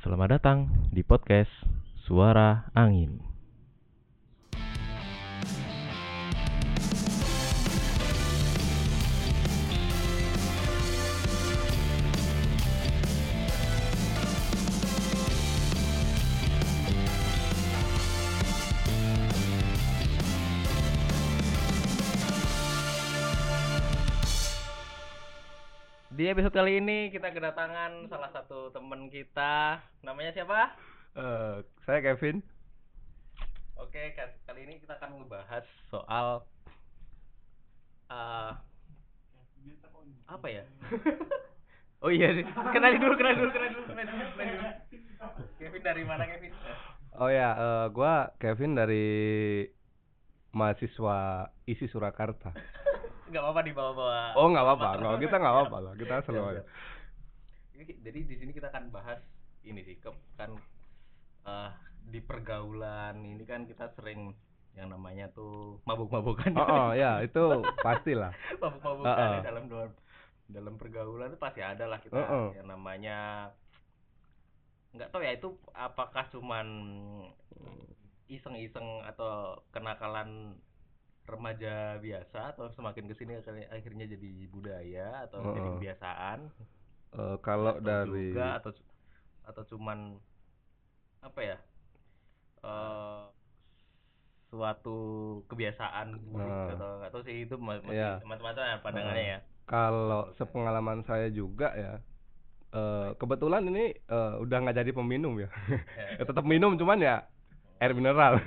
Selamat datang di podcast Suara Angin. Di episode kali ini kita kedatangan salah satu teman kita. Namanya siapa? Saya Kevin. Oke, kali ini kita akan membahas soal apa ya? Oh iya, kenalin dulu. Kevin dari mana, Kevin? Oh ya, gua Kevin dari mahasiswa ISI Surakarta. Nggak apa-apa dibawa-bawa. Oh nggak apa-apa, nggak, kita nggak apa-apa lah, kita selalu. Jadi di sini kita akan bahas ini sih, kan di pergaulan ini kan kita sering yang namanya tuh mabuk-mabukan. Oh ya, itu pastilah. Mabuk-mabukan dalam pergaulan itu pasti ada lah kita yang namanya, nggak tahu ya itu apakah cuman iseng-iseng atau kenakalan remaja biasa atau semakin kesini akhirnya jadi budaya atau jadi kebiasaan. Kalau atau dari juga atau cuman apa ya, suatu kebiasaan buruk atau sih itu masih macam-macam ya pandangannya ya. Kalau sepengalaman saya juga ya, kebetulan ini udah nggak jadi peminum ya. Tetap minum cuman ya air mineral.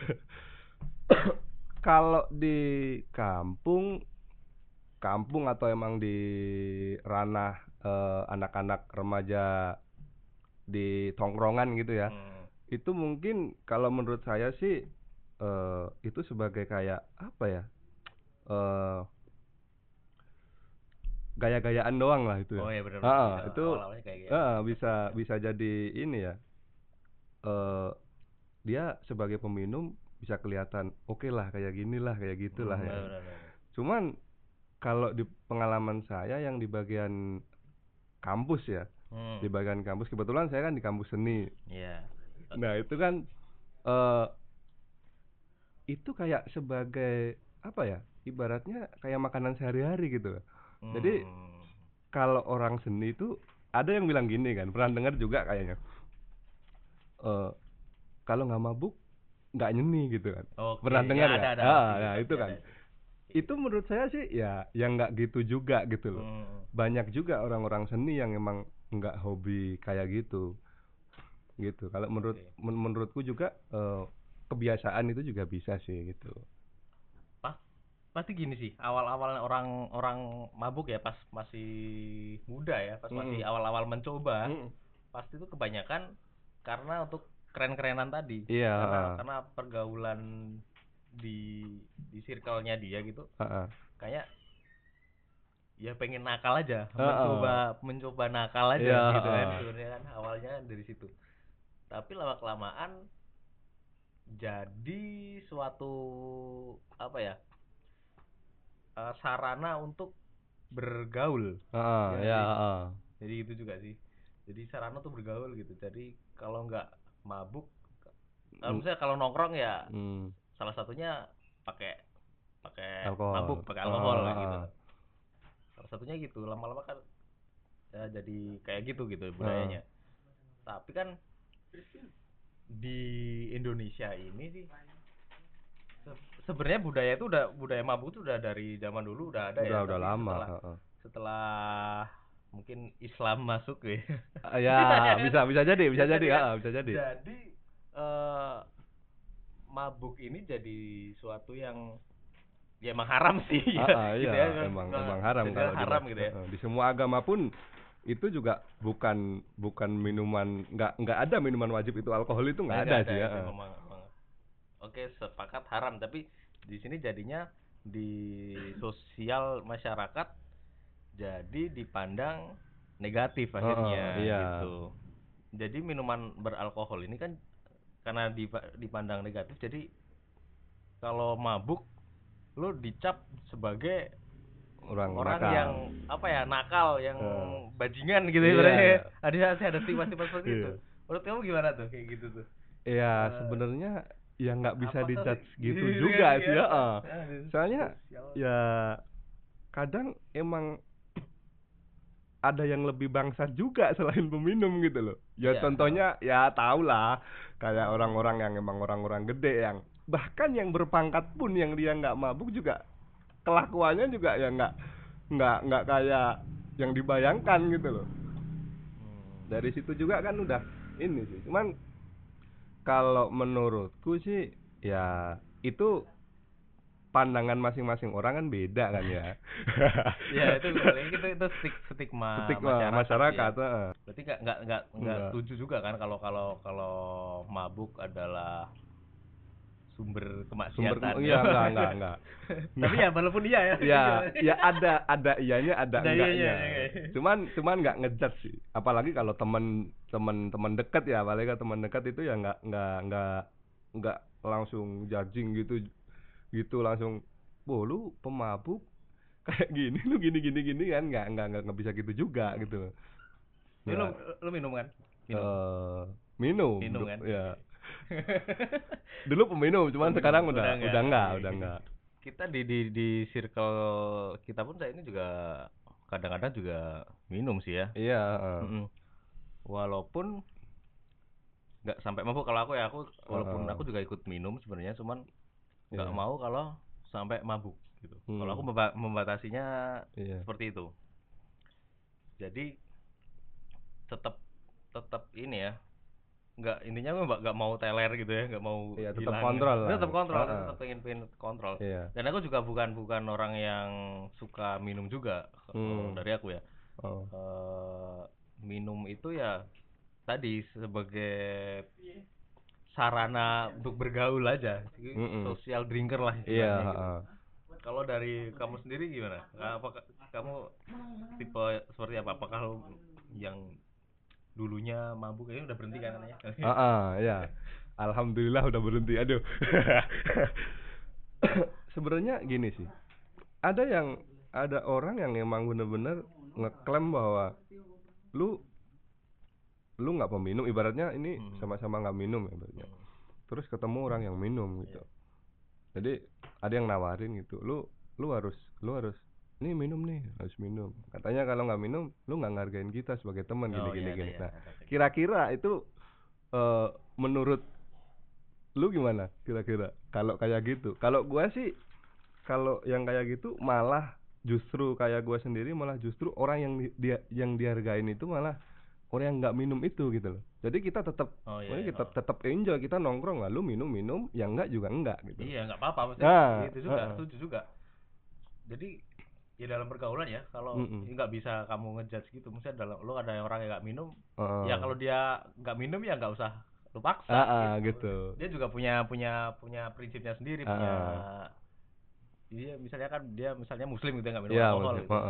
Kalau di kampung atau emang di ranah anak-anak remaja di tongkrongan gitu ya, itu mungkin kalau menurut saya sih itu sebagai kayak apa ya, gaya-gayaan doang lah itu ya. Oh iya benar. Itu bisa jadi ini ya, dia sebagai peminum bisa kelihatan oke lah kayak gini lah kayak gitulah ya. Bener. Cuman kalau di pengalaman saya yang di bagian kampus ya, di bagian kampus, kebetulan saya kan di kampus seni. Iya. Nah itu kan itu kayak sebagai apa ya, ibaratnya kayak makanan sehari-hari gitu. Jadi kalau orang seni itu ada yang bilang gini kan, pernah dengar juga kayaknya, kalau nggak mabuk nggak nyeni gitu kan. Oke, pernah dengar ya? Ada. Nah itu kan. Itu menurut saya sih ya yang nggak gitu juga gitu loh. Banyak juga orang-orang seni yang emang nggak hobi kayak gitu. Kalau menurutku juga kebiasaan itu juga bisa sih gitu. Pasti gini sih, awal-awal orang mabuk ya pas masih muda ya, pas masih awal-awal mencoba, pasti itu kebanyakan karena untuk keren-kerenan tadi. Iya. Karena pergaulan di circle-nya dia gitu. Kayak ya pengen nakal aja, mencoba nakal aja gitu kan. Sebenarnya kan awalnya dari situ. Tapi lama-kelamaan jadi suatu apa ya? Sarana untuk bergaul. Jadi itu juga sih. Jadi sarana tuh bergaul gitu. Jadi kalau nggak mabuk, misalnya kalau nongkrong ya salah satunya pakai mabuk, pakai alkohol gitu. Salah satunya gitu. Lama-lama kan ya jadi kayak gitu budayanya. Tapi kan di Indonesia ini sih sebenarnya budaya mabuk itu udah dari zaman dulu udah ada ya. Udah lama. Setelah mungkin Islam masuk ya. Ya, bisa jadi. Jadi mabuk ini jadi suatu yang ya emang haram sih. Gitu ya. Emang haram kalau haram gitu ya. Di semua agama pun itu juga bukan minuman, nggak ada minuman wajib itu alkohol itu nggak ada sih ya. Oke, sepakat haram, tapi di sini jadinya di sosial masyarakat jadi dipandang negatif akhirnya gitu. Jadi minuman beralkohol ini kan karena dipandang negatif, jadi kalau mabuk lu dicap sebagai orang nakal. Yang apa ya, nakal, yang bajingan gitu ya. Ada stigma seperti itu. Menurut kamu gimana tuh kayak gitu tuh? Ya sebenarnya ya nggak bisa dijudge gitu juga sih ya. Soalnya ya kadang emang ada yang lebih bangsat juga selain peminum gitu loh. Ya contohnya ya tau lah kayak orang-orang yang emang orang-orang gede yang bahkan yang berpangkat pun yang dia nggak mabuk juga kelakuannya juga ya nggak kayak yang dibayangkan gitu loh. Dari situ juga kan udah ini sih. Cuman kalau menurutku sih ya itu pandangan masing-masing orang kan beda kan ya. Ya itu stigma masyarakat. Ya. Berarti nggak setuju juga kan kalau mabuk adalah sumber kemaksiatan. Iya enggak. Tapi ya walaupun iya ya. Ya ada iyanya ada enggaknya. Cuman enggak ngejudge sih. Apalagi kalau teman dekat ya, apalagi kalau teman dekat itu ya enggak langsung judging gitu langsung, "Wah, lu pemabuk kayak gini, lu gini kan." Enggak bisa gitu juga gitu. Lu minum kan? Minum kan? Ya. Dulu peminum, cuman sekarang udah enggak. Kita di circle kita pun saya ini juga kadang-kadang juga minum sih ya. Iya, Walaupun nggak sampai mabuk kalau aku walaupun aku juga ikut minum sebenarnya, cuman nggak mau kalau sampai mabuk gitu. Kalau aku membatasinya seperti itu. Jadi tetap ini ya, intinya nggak mau teler gitu ya, nggak mau tetap kontrol lah. Tetap pengen kontrol. Dan aku juga bukan orang yang suka minum juga. Dari aku ya, minum itu ya tadi sebagai sarana untuk bergaul aja, social drinker lah istilahnya gitu. Kalau dari kamu sendiri gimana? Apakah kamu tipe seperti apa? Apakah yang dulunya mabuk kayaknya udah berhenti kan katanya? Ya. Alhamdulillah udah berhenti. Aduh. Sebenarnya gini sih. Ada orang yang emang bener-bener ngeklaim bahwa lu nggak peminum, ibaratnya ini sama-sama nggak minum ya ibaratnya. Terus ketemu orang yang minum gitu. Jadi ada yang nawarin gitu. Lu harus nih minum nih, harus minum. Katanya kalau nggak minum, lu nggak ngargain kita sebagai teman gini. Nah, kira-kira itu menurut lu gimana? Kira-kira kalau kayak gitu? Kalau gua sih, kalau yang kayak gitu malah justru kayak gua sendiri malah justru orang yang dihargain itu malah orang yang nggak minum itu gitu loh. Jadi kita tetap tetap enjoy, kita nongkrong, lah lu minum, yang enggak juga enggak gitu. Iya, enggak apa-apa maksudnya. Itu juga setuju juga. Jadi ya dalam pergaulan ya, kalau nggak bisa kamu ngejudge gitu. Maksudnya lu ada orang yang nggak minum, ya kalau dia nggak minum ya nggak usah lu paksa gitu. Dia juga punya prinsipnya sendiri, dia misalnya kan dia misalnya muslim gitu, nggak minum alkohol gitu.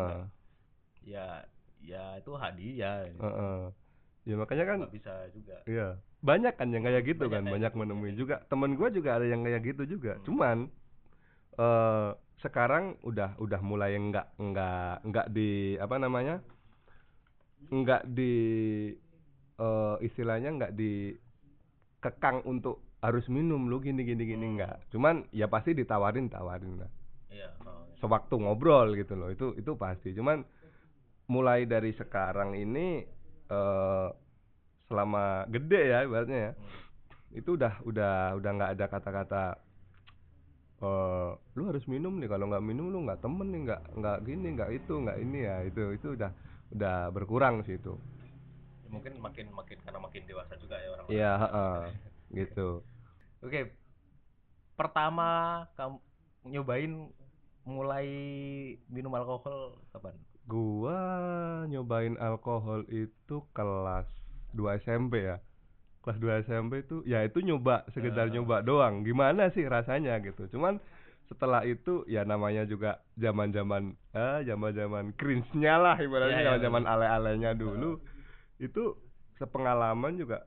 Ya itu hadiah. Ya makanya kan nggak bisa juga. Iya. Banyak kan yang kayak gitu kan, banyak menemui juga. Temen gue juga ada yang kayak gitu juga. Cuman sekarang udah mulai enggak di apa namanya? Enggak di istilahnya enggak dikekang untuk harus minum lu gini enggak. Cuman ya pasti ditawarin lah. Iya. Sewaktu ngobrol gitu loh. Itu pasti. Cuman mulai dari sekarang ini selama gede ya ibaratnya ya, itu udah nggak ada kata-kata lu harus minum nih, kalau nggak minum lu nggak temen nih, nggak gini nggak itu nggak ini ya, itu udah berkurang sih itu. Mungkin makin karena makin dewasa juga ya orang. Iya gitu. Oke. Pertama kamu nyobain mulai minum alkohol kapan? Gua nyobain alkohol itu kelas 2 SMP ya. Kelas 2 SMP itu ya itu nyoba, sekedar nyoba doang. Gimana sih rasanya gitu. Cuman setelah itu ya namanya juga zaman-zaman cringe-nya lah ibaratnya, zaman ale-alenya dulu. Itu sepengalaman juga.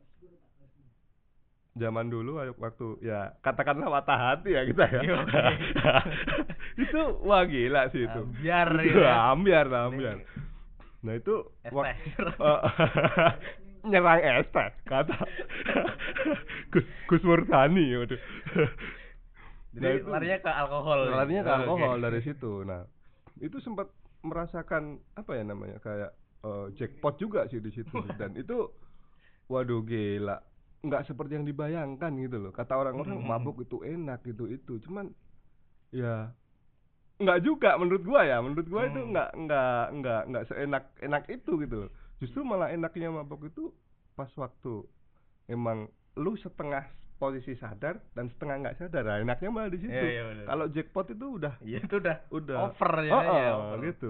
Zaman dulu waktu ya katakanlah patah hati ya kita ya. Itu wah gila sih itu. Ambiar. Ambiar. Nah itu nyerang es teh kata Gus Murtani. Waduh. Jadi larinya ke alkohol. Larinya ke alkohol dari situ. Nah, itu sempat merasakan apa ya namanya kayak jackpot juga sih di situ. Dan itu waduh gila, nggak seperti yang dibayangkan gitu loh. Kata orang-orang mabuk itu enak itu. Cuman ya nggak juga menurut gua itu nggak seenak itu gitu loh. Justru malah enaknya mabuk itu pas waktu emang lu setengah posisi sadar dan setengah nggak sadar. Nah, enaknya malah di situ. Iya, kalau jackpot itu udah over ya. Over. Gitu.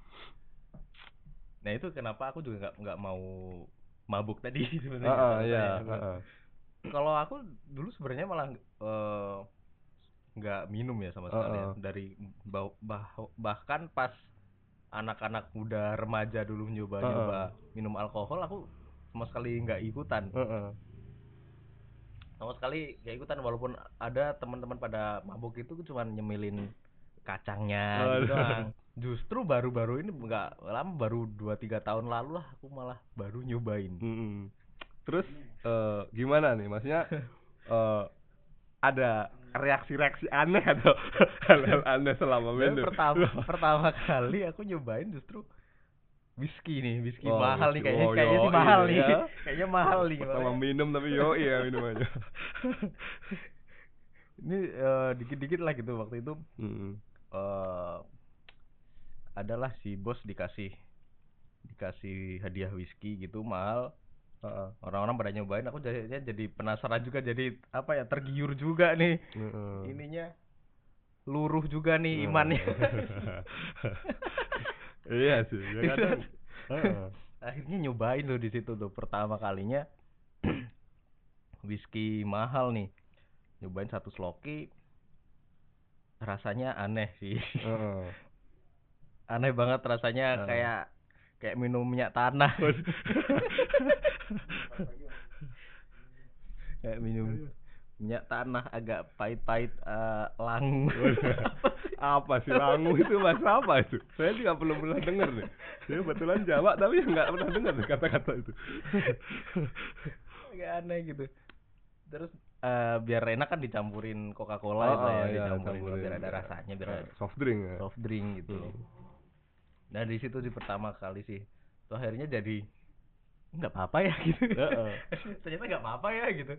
Nah itu kenapa aku juga nggak mau mabuk tadi sebenarnya. Kalau aku dulu sebenarnya malah nggak minum ya sama sekali ya. Dari bahkan pas anak-anak muda remaja dulu nyoba minum alkohol, aku sama sekali nggak ikutan. Sama sekali nggak ikutan, walaupun ada teman-teman pada mabuk itu cuma nyemilin kacangnya gitu doang. Justru baru-baru ini nggak lama, baru 2-3 tahun lalu lah aku malah baru nyobain. Terus gimana nih, maksudnya ada reaksi-reaksi aneh atau hal-hal aneh selama minum? Pertama kali aku nyobain justru whisky mahal nih kayaknya. Kayaknya sih mahal nih. Kayaknya mahal nih. Pertama minum tapi minum aja. Ini dikit-dikit lah gitu waktu itu. Adalah si bos dikasih hadiah whisky gitu mahal. Orang-orang pada nyobain, aku jadi penasaran juga, jadi apa ya, tergiur juga nih. Ininya luruh juga nih imannya. Iya sih, ya kadang. Akhirnya nyobain tuh di situ tuh pertama kalinya whisky mahal nih. Nyobain 1 sloki, rasanya aneh sih. Aneh banget rasanya, kayak minum minyak tanah. Kayak minum minyak tanah, agak pahit-pahit, langu. Apa sih langu itu, bahasa apa itu? Saya juga belum pernah dengar nih. Saya kebetulan Jawa tapi nggak pernah dengar kata-kata itu. Agak aneh gitu. Terus biar enak kan dicampurin Coca-Cola gitu ya, dicampurin biar ada rasanya, biar soft drink gitu. Nah di situ di pertama kali sih, tuh akhirnya jadi nggak apa-apa ya gitu. Ternyata nggak apa-apa ya gitu.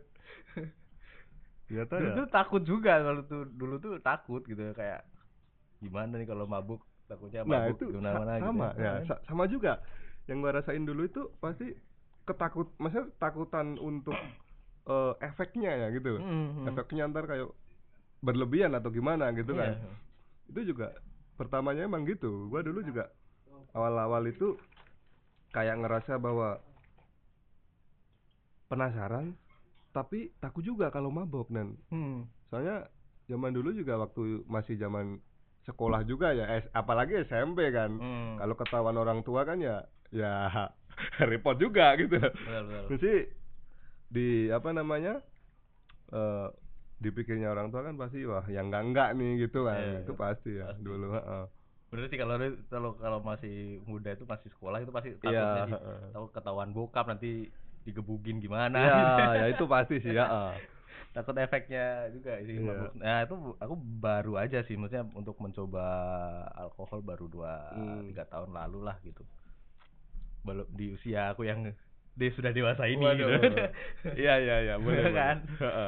Dulu tuh takut juga, dulu tuh takut gitu, kayak gimana nih kalau mabuk, takutnya mabuk gimana sama gitu. Sama juga yang gua rasain dulu itu pasti maksudnya takutan untuk efeknya ya gitu. Efeknya ntar kayak berlebihan atau gimana gitu kan. Itu juga pertamanya emang gitu. Gua dulu juga awal-awal itu kayak ngerasa bahwa penasaran tapi takut juga kalau mabok. Dan soalnya zaman dulu juga waktu masih zaman sekolah juga ya, apalagi SMP kan. Kalau ketahuan orang tua kan ya repot juga gitu. Mesti di apa namanya dipikirnya orang tua kan pasti wah yang enggak nih gitu kan. Itu pasti ya pasti. Dulu bener sih, kalau masih muda itu, masih sekolah itu pasti takutnya tahu ketahuan bokap nanti digebugin gimana. Ya itu pasti sih ya. Takut efeknya juga sih mabuk. Nah itu aku baru aja sih, maksudnya untuk mencoba alkohol baru 2-3 tahun lalu lah gitu. Belum di usia aku yang sudah dewasa ini. Gitu. Iya boleh kan.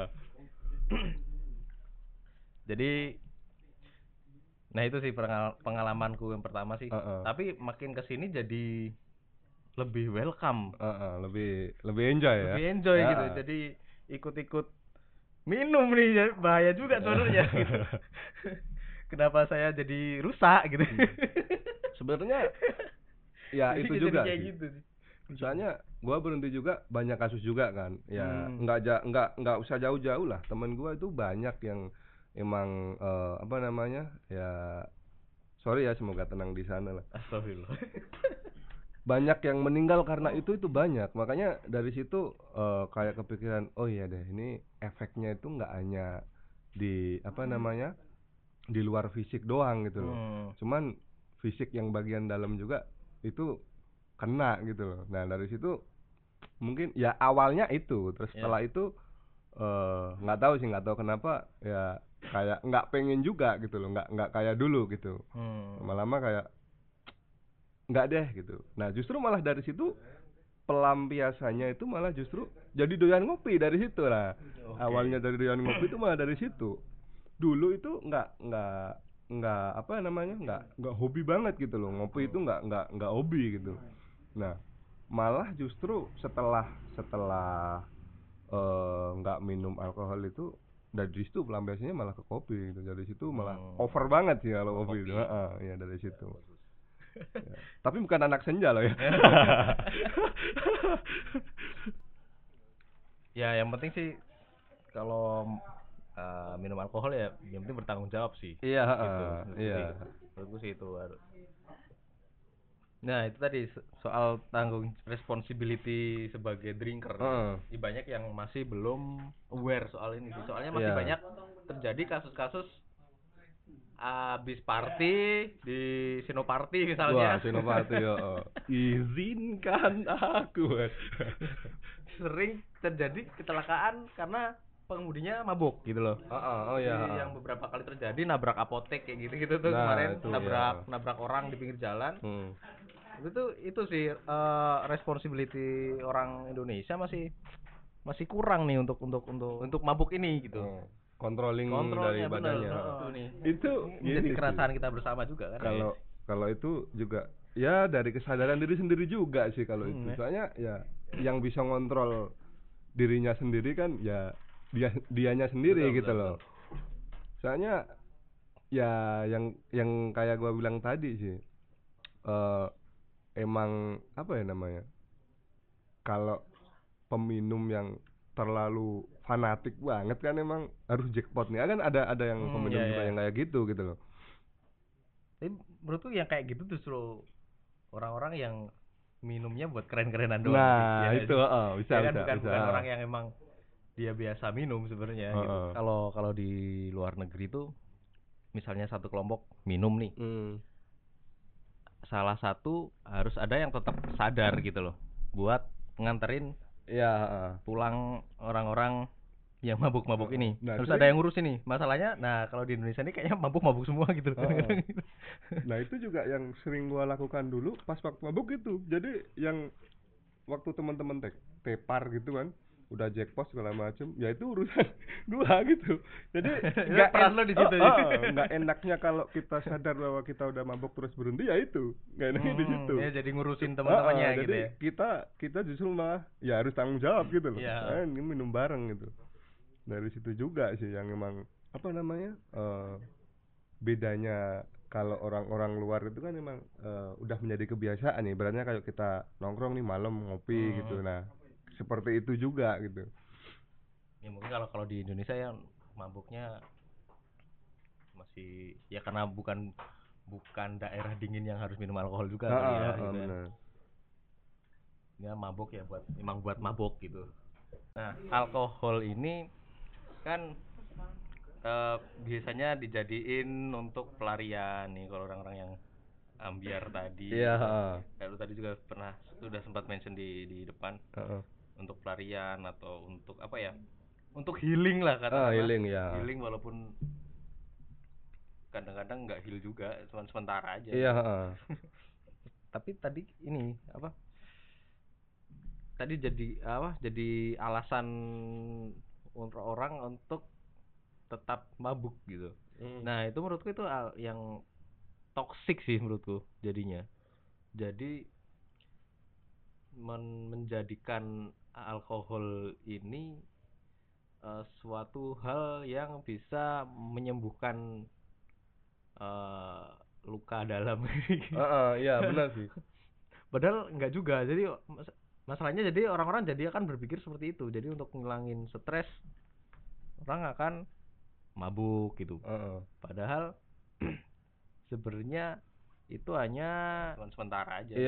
Jadi nah itu sih pengalamanku yang pertama sih. Tapi makin kesini jadi lebih welcome, lebih enjoy ya. Lebih enjoy gitu. Jadi ikut-ikut minum nih, bahaya juga sebenarnya gitu. Kenapa saya jadi rusak gitu. Sebenarnya ya itu juga kayak sih. Gitu sih. Misalnya gua berhenti juga banyak kasus juga kan. Ya enggak usah jauh-jauh lah. Temen gua itu banyak yang emang apa namanya? Ya sorry ya, semoga tenang di sana lah. Astagfirullah. Banyak yang meninggal karena itu banyak. Makanya dari situ kayak kepikiran, oh iya deh, ini efeknya itu nggak hanya di apa namanya, di luar fisik doang gitu loh. Cuman fisik yang bagian dalam juga itu kena gitu loh. Nah dari situ mungkin ya awalnya itu, terus setelah itu nggak tahu kenapa ya kayak nggak pengen juga gitu loh, nggak kayak dulu gitu. Lama-lama kayak nggak deh gitu. Nah justru malah dari situ pelampiasannya itu malah justru jadi doyan ngopi dari situ lah. Awalnya dari doyan ngopi itu malah dari situ. Dulu itu nggak apa namanya, nggak hobi banget gitu loh, ngopi itu nggak hobi gitu. Nah malah justru setelah nggak minum alkohol itu, dari situ pelampiasannya malah ke kopi gitu. Dari situ malah over banget sih kalau kopi itu. Ya dari situ. Ya. Tapi bukan anak senja loh ya. Ya yang penting sih kalau minum alkohol ya yang penting bertanggung jawab sih. Iya, gitu. Iya. Menurutku sih itu. Nah itu tadi soal tanggung responsibility sebagai drinker. Banyak yang masih belum aware soal ini sih. Soalnya masih banyak terjadi kasus-kasus abis party di Sinoparty misalnya. Wah, Sinoparty ya. Izinkan aku. Sering terjadi kecelakaan karena pengemudinya mabuk gitu loh. Oh iya. Yang beberapa kali terjadi nabrak apotek kayak gitu tuh kemarin, nabrak orang di pinggir jalan. Itu sih responsibility orang Indonesia masih kurang nih untuk mabuk ini gitu. Controlling dari badannya. Itu jadi keresahan kita bersama juga kan. Kalau itu juga ya dari kesadaran diri sendiri juga sih kalau itu. Soalnya ya yang bisa ngontrol dirinya sendiri kan ya dianya sendiri gitu loh. Soalnya ya yang kayak gua bilang tadi sih, emang apa ya namanya, kalau peminum yang terlalu fanatik banget kan emang harus jackpot nih. Kan ada yang peminum juga yang kayak gitu loh. Tapi menurutku yang kayak gitu justru orang-orang yang minumnya buat keren-kerenan doang. Nah itu bisa bukan orang yang emang dia biasa minum sebenarnya gitu. Kalau di luar negeri tuh misalnya satu kelompok minum nih, salah satu harus ada yang tetap sadar gitu loh buat nganterin pulang orang-orang yang mabuk-mabuk ini. Harus ada yang ngurus ini masalahnya. Nah kalau di Indonesia ini kayaknya mabuk-mabuk semua gitu loh. Nah itu juga yang sering gua lakukan dulu pas waktu mabuk gitu. Jadi yang waktu teman-teman tepar gitu kan, udah jackpot segala macem, ya itu urusan gua gitu. Jadi nggak peran lo di situ. Nggak enaknya kalau kita sadar bahwa kita udah mabuk terus berhenti, ya itu nggak enaknya di situ. Ya jadi ngurusin teman-temannya gitu jadi ya. kita justru malah ya harus tanggung jawab gitu loh. Ini minum bareng gitu. Dari situ juga sih yang emang apa namanya, bedanya kalau orang-orang luar itu kan emang udah menjadi kebiasaan nih. Ibaratnya kayak kita nongkrong nih malam ngopi gitu. Nah seperti itu juga gitu. Ya mungkin kalau di Indonesia ya mabuknya masih ya karena bukan daerah dingin yang harus minum alkohol juga kali ya gitu. Ya mabuk ya memang buat mabuk gitu. Nah alkohol ini kan biasanya dijadiin untuk pelarian nih kalau orang-orang yang ambiar tadi. Lalu tadi juga sudah sempat mention di depan untuk pelarian atau untuk apa ya? Untuk healing lah katakanlah. Healing walaupun kadang-kadang nggak heal juga, cuma sementara aja. Tapi tadi ini apa? Tadi jadi alasan untuk orang untuk tetap mabuk gitu. Nah itu menurutku itu yang toksik sih menurutku jadinya. Jadi menjadikan alkohol ini suatu hal yang bisa menyembuhkan luka dalam. Iya benar sih. Padahal enggak juga. Jadi masalahnya jadi orang-orang jadi akan berpikir seperti itu. Jadi untuk ngilangin stres orang akan mabuk gitu. Padahal sebenarnya itu hanya cuma sementara aja.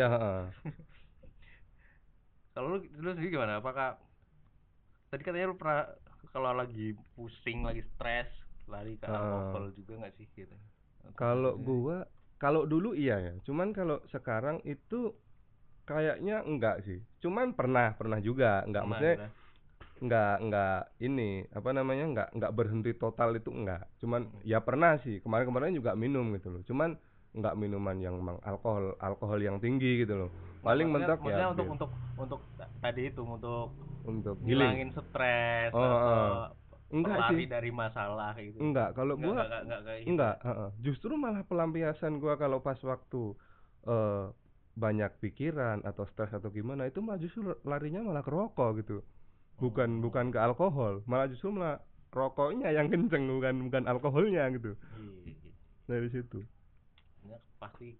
Kalau lu sendiri gimana? Apakah tadi katanya lu pernah kalau lagi pusing, lagi stres, lari ke alkohol juga nggak sih gitu? Kalau gua, kalau dulu iya ya. Cuman kalau sekarang itu Kayaknya enggak sih. Cuman pernah juga. Enggak, maksudnya enggak ini apa namanya, enggak berhenti total itu enggak. Cuman ya pernah sih. Kemarin juga minum gitu loh. Cuman enggak minuman yang memang alkohol yang tinggi gitu loh. Paling mentok ya untuk tadi itu untuk healing, ngilangin stres atau enggak lari sih dari masalah gitu. Enggak, kalau gua enggak, justru malah pelampiasan gua kalau pas waktu banyak pikiran atau stres atau gimana itu malah justru larinya malah ke rokok gitu. Bukan ke alkohol, malah justru malah rokoknya yang kenceng, bukan alkoholnya gitu. Dari situ. Ya, pasti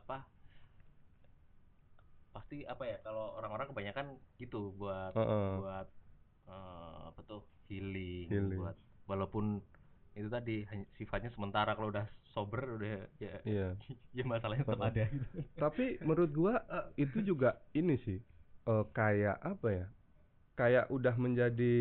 apa ya, kalau orang-orang kebanyakan gitu buat apa tuh healing. Buat walaupun itu tadi sifatnya sementara, kalau udah sober udah ya ya masalahnya tetap ada gitu. Tapi menurut gua itu juga ini sih kayak apa ya, kayak udah menjadi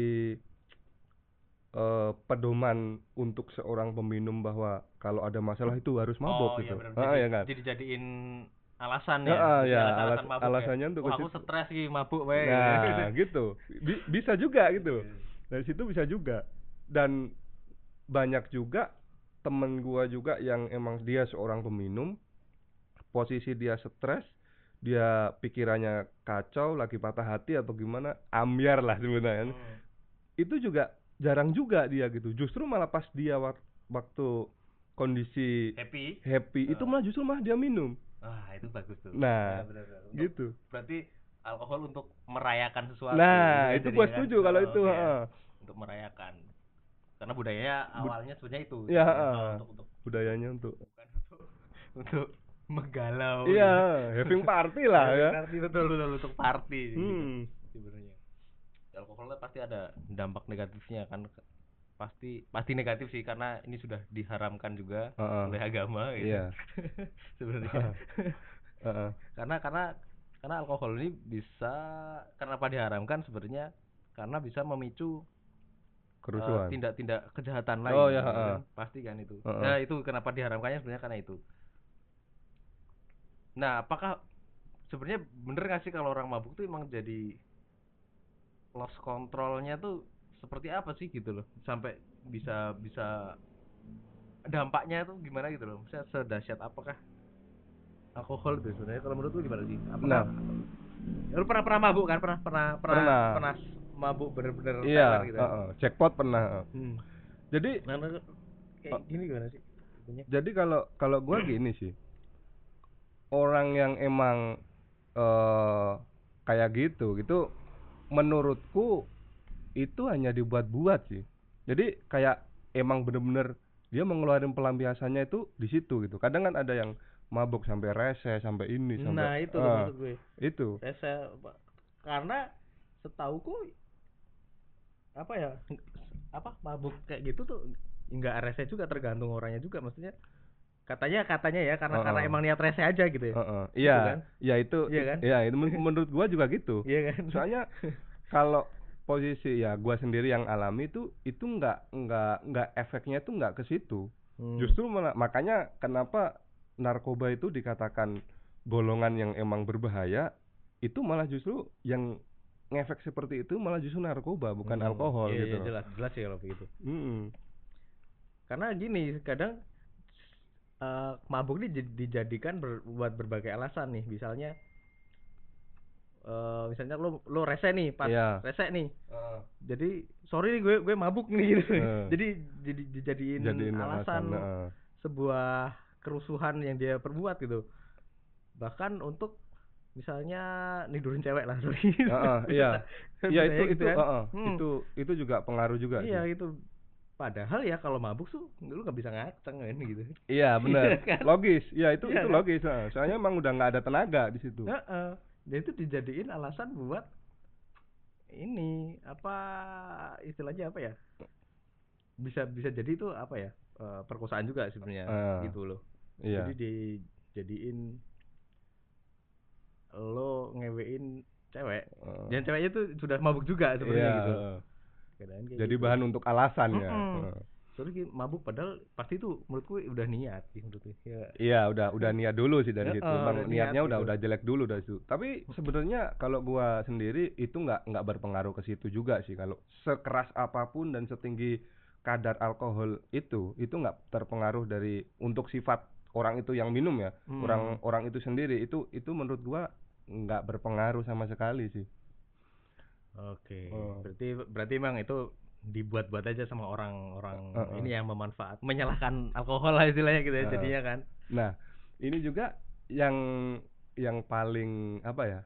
pedoman untuk seorang peminum bahwa kalau ada masalah itu harus mabok gitu. Ya kan? Jadi jadiin alasan ya. Alasannya untuk aku stres sih mabuk wae. Nah, gitu. Bisa juga gitu. Dari situ bisa juga. Dan banyak juga temen gua juga yang emang dia seorang peminum, posisi dia stres, dia pikirannya kacau, lagi patah hati atau gimana, ambyar lah sebenarnya. Itu juga jarang juga dia gitu. Justru malah pas dia waktu kondisi happy itu malah justru malah dia minum. Itu bagus tuh. Nah, gitu. Berarti alkohol untuk merayakan sesuatu. Nah, itu gua setuju kalau itu, untuk merayakan. Karena budayanya awalnya sebenarnya itu. Iya, untuk budayanya bukan untuk menggalau. Iya, having party lah ya. Party betul untuk party. Sebenarnya. Alkoholnya pasti ada dampak negatifnya kan. Pasti negatif sih, karena ini sudah diharamkan juga oleh agama gitu. Iya. Sebenarnya. Karena alkohol ini bisa, kenapa diharamkan sebenarnya? Karena bisa memicu kerusuhan, tindak-tindak kejahatan lain. Kan? Pasti kan itu. Nah, itu kenapa diharamkannya sebenarnya karena itu. Nah, apakah sebenarnya bener nggak sih kalau orang mabuk tuh emang jadi lost controlnya tuh seperti apa sih gitu loh, sampai bisa dampaknya tuh gimana gitu loh, misalnya sedahsyat apakah alkohol itu sebenarnya? Kalau menurut lu gimana sih? Apakah lu pernah mabuk kan? Pernah mabuk bener-bener gitu. Jackpot pernah. Jadi kayak gini gimana sih? Jadi kalau gua gini sih, orang yang emang kayak gitu menurutku itu hanya dibuat-buat sih. Jadi kayak emang bener-bener dia mengeluarin pelampiasannya itu di situ gitu. Kadang kan ada yang mabuk sampai rese, sampai ini, sampai. Nah, itu maksud gue. Itu. Rese, karena setauku mabuk kayak gitu tuh enggak rese juga, tergantung orangnya juga, maksudnya katanya ya karena emang niat rese aja gitu ya. Iya. Gitu kan? Ya itu. Iya kan? Iya, itu menurut gua juga gitu. Iya kan? Soalnya kalau posisi ya gua sendiri yang alami itu enggak efeknya tuh enggak ke situ. Justru makanya kenapa narkoba itu dikatakan golongan yang emang berbahaya, itu malah justru yang ngefek seperti itu malah justru narkoba, bukan alkohol gitu. Iya, jelas ya kalau begitu. Karena gini, kadang mabuk ini dijadikan buat berbagai alasan nih. Misalnya lo rese nih, pas rese nih. Jadi sorry nih gue mabuk nih gitu. Jadi dijadiin alasan sebuah kerusuhan yang dia perbuat gitu. Bahkan untuk misalnya nidurin cewek lah. Iya. Iya itu juga pengaruh juga. Iya itu. Padahal ya kalau mabuk tuh lu nggak bisa ngaceng kan gitu. Iya benar. Logis. Ya itu logis. Soalnya emang udah nggak ada tenaga di situ. Dan itu dijadiin alasan buat ini apa istilahnya apa ya? Bisa jadi itu apa ya? Perkosaan juga sebenarnya gitu loh. Iya. Jadi dijadiin lo ngewein cewek. Dan ceweknya tuh sudah mabuk juga sebenarnya gitu. Jadi bahan untuk alasan ya. soalnya mabuk padahal pasti itu menurutku udah niat sih menurutku. Ya. Iya, udah niat dulu sih dari situ. Emang niatnya gitu. udah jelek dulu dari situ. Tapi sebenarnya kalau gua sendiri itu nggak berpengaruh ke situ juga sih. Kalau sekeras apapun dan setinggi kadar alkohol itu nggak terpengaruh dari untuk sifat orang itu yang minum ya. Orang itu sendiri itu menurut gua nggak berpengaruh sama sekali sih. Oke. Berarti memang itu dibuat-buat aja sama orang-orang ini yang menyalahkan alkohol lah istilahnya gitu ya jadinya kan. Nah, ini juga yang paling apa ya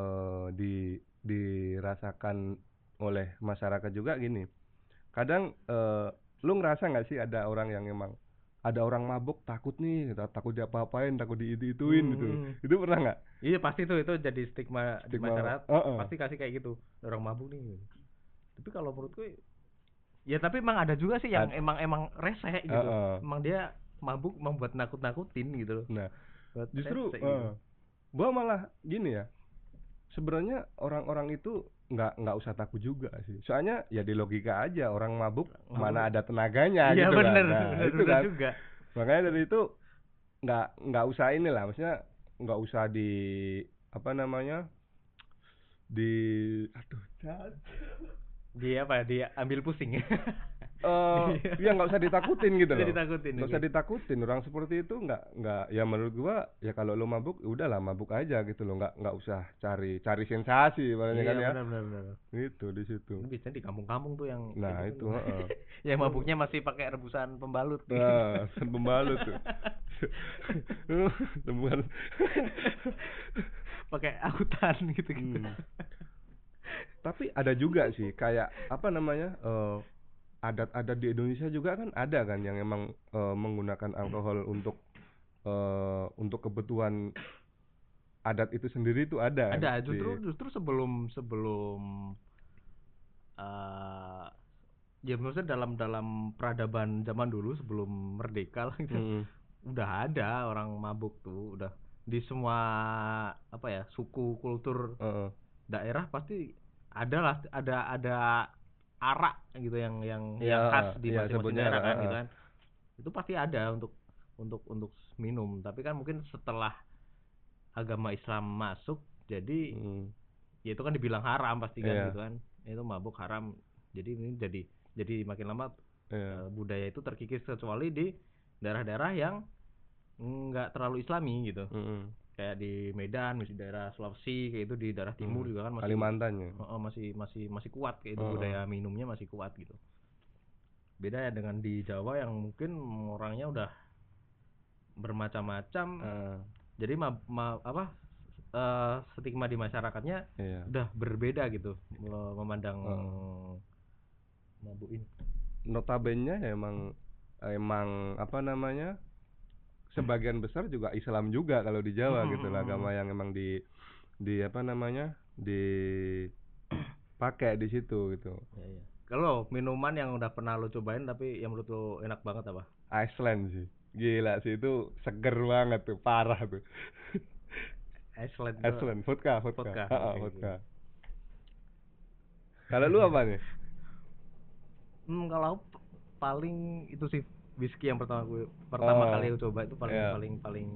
dirasakan oleh masyarakat juga gini. Kadang lu ngerasa nggak sih ada orang yang emang ada orang mabuk takut nih, takut diapa-apain, takut diitu-ituin gitu. Itu pernah nggak? Iya pasti tuh itu jadi stigma di masyarakat. Pasti kasih kayak gitu orang mabuk nih. Tapi kalau menurutku ya tapi emang ada juga sih yang emang rese gitu. Emang dia mabuk membuat nakut-nakutin gitu loh. Nah, justru gua malah gini ya. Sebenarnya orang-orang itu nggak usah takut juga sih. Soalnya ya di logika aja orang mabuk mana ada tenaganya gitu kan. Nah, itu kan juga. Makanya dari itu nggak usah inilah, maksudnya nggak usah di apa namanya diambil pusing. Ya nggak usah ditakutin gitu loh. Nggak usah ditakutin. Orang seperti itu nggak ya menurut gua ya kalau lo mabuk udahlah mabuk aja gitu loh, nggak usah cari sensasi makanya kan ya. Benar. Itu di situ. Biasanya di kampung-kampung tuh yang nah itu yang mabuknya masih pakai rebusan pembalut. Pembalut tuh. Pakai autan gitu. Tapi ada juga sih kayak apa namanya adat-adat di Indonesia juga kan ada kan yang emang menggunakan alkohol untuk kebutuhan adat itu sendiri itu ada. Ada justru sebelum ya maksudnya dalam peradaban zaman dulu sebelum merdeka lah gitu. Udah ada orang mabuk tuh udah di semua apa ya suku kultur daerah pasti ada arak gitu yang khas di masing-masing daerah kan gitu kan. Itu pasti ada untuk minum, tapi kan mungkin setelah agama Islam masuk jadi ya itu kan dibilang haram pasti kan gitu kan. Itu mabuk haram. Jadi ini jadi makin lama budaya itu terkikis kecuali di daerah-daerah yang enggak terlalu Islami gitu. Kayak di Medan, di daerah Sulawesi, kayak itu di daerah timur juga kan masih Kalimantan ya. Masih kuat kayak itu budaya minumnya masih kuat gitu. Beda ya dengan di Jawa yang mungkin orangnya udah bermacam-macam. Jadi stigma di masyarakatnya udah berbeda gitu memandang mabuk ini. Notabene emang apa namanya? Sebagian besar juga Islam juga kalau di Jawa gitu lah, agama yang emang di apa namanya dipakai di situ gitu. Iya. Kalau minuman yang udah pernah lo cobain tapi yang menurut lo enak banget apa? Iceland sih, gila sih itu seger banget tuh, parah tuh. Iceland vodka. Vodka. Kalau lu apa nih? Kalau paling itu sih whisky yang pertama kali aku coba itu paling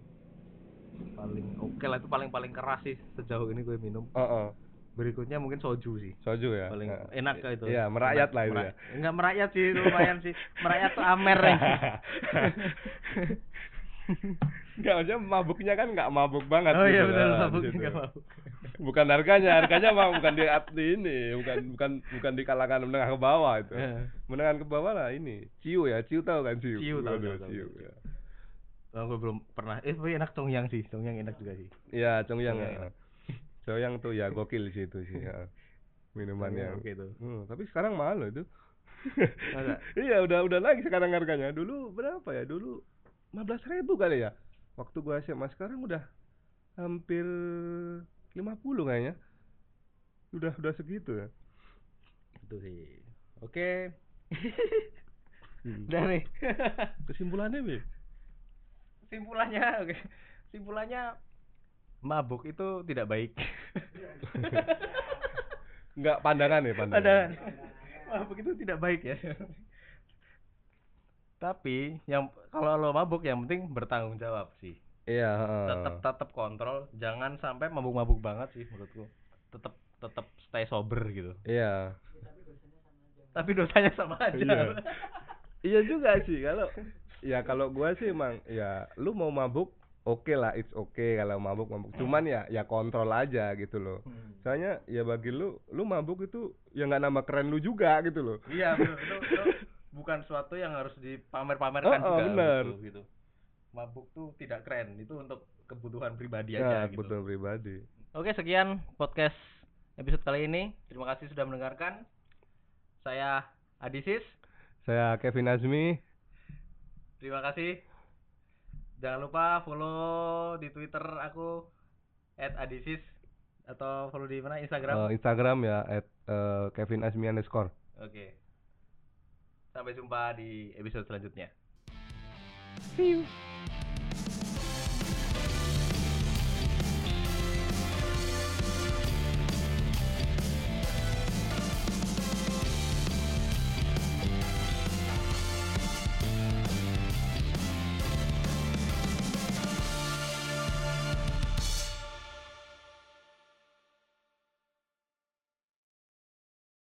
oke lah, itu paling keras sih sejauh ini gue minum. Berikutnya mungkin soju sih. Soju ya. Paling enak itu. Iya, merakyat lah itu ya. Enggak merakyat sih, lumayan sih. Merakyat tuh Amer ya. Enggak, maksudnya mabuknya kan enggak mabuk banget. Oh iya benar, mabuknya enggak mabuk. Bukan harganya mah bukan di ini, bukan di kalangan menengah ke bawah itu. Menengah ke bawah lah ini. Ciu tahu kan Ciu? Ciu ya. Aku belum pernah. Tapi enak Congyang sih. Congyang enak juga sih. Iya, Congyang ya. Congyang tuh ya gokil sih itu sih ya. Minumannya. Oke tuh. Tapi sekarang mahal loh itu. Iya, udah lagi sekarang harganya. Dulu berapa ya? Dulu 15.000 kali ya. Waktu gua SMA, sekarang udah hampir 50 kayaknya. Udah segitu ya. Itu sih. Oke. Udah nih. Kesimpulannya, Bi? Simpulannya mabuk itu tidak baik. Enggak, pandangan. Mabuk itu tidak baik ya. Tapi yang kalau lo mabuk yang penting bertanggung jawab sih. Iya, tetap kontrol, jangan sampai mabuk-mabuk banget sih menurutku. Tetap stay sober gitu. Iya. Tapi dosanya sama aja. Iya. Iya juga sih kalau gua sih emang ya lu mau mabuk oke lah, it's okay kalau mabuk. Cuman ya kontrol aja gitu loh. Soalnya ya bagi lu mabuk itu ya nggak nambah keren lu juga gitu loh. Iya benar, itu bukan suatu yang harus dipamer-pamerkan juga bener. gitu. Mabuk tuh tidak keren, itu untuk kebutuhan pribadi aja gitu. Kebutuhan pribadi. Oke, sekian podcast episode kali ini. Terima kasih sudah mendengarkan. Saya Adisis. Saya Kevin Azmi. Terima kasih. Jangan lupa follow di Twitter aku @adisis atau follow di mana Instagram? Instagram ya @kevinazmi_. Oke. Sampai jumpa di episode selanjutnya. See you.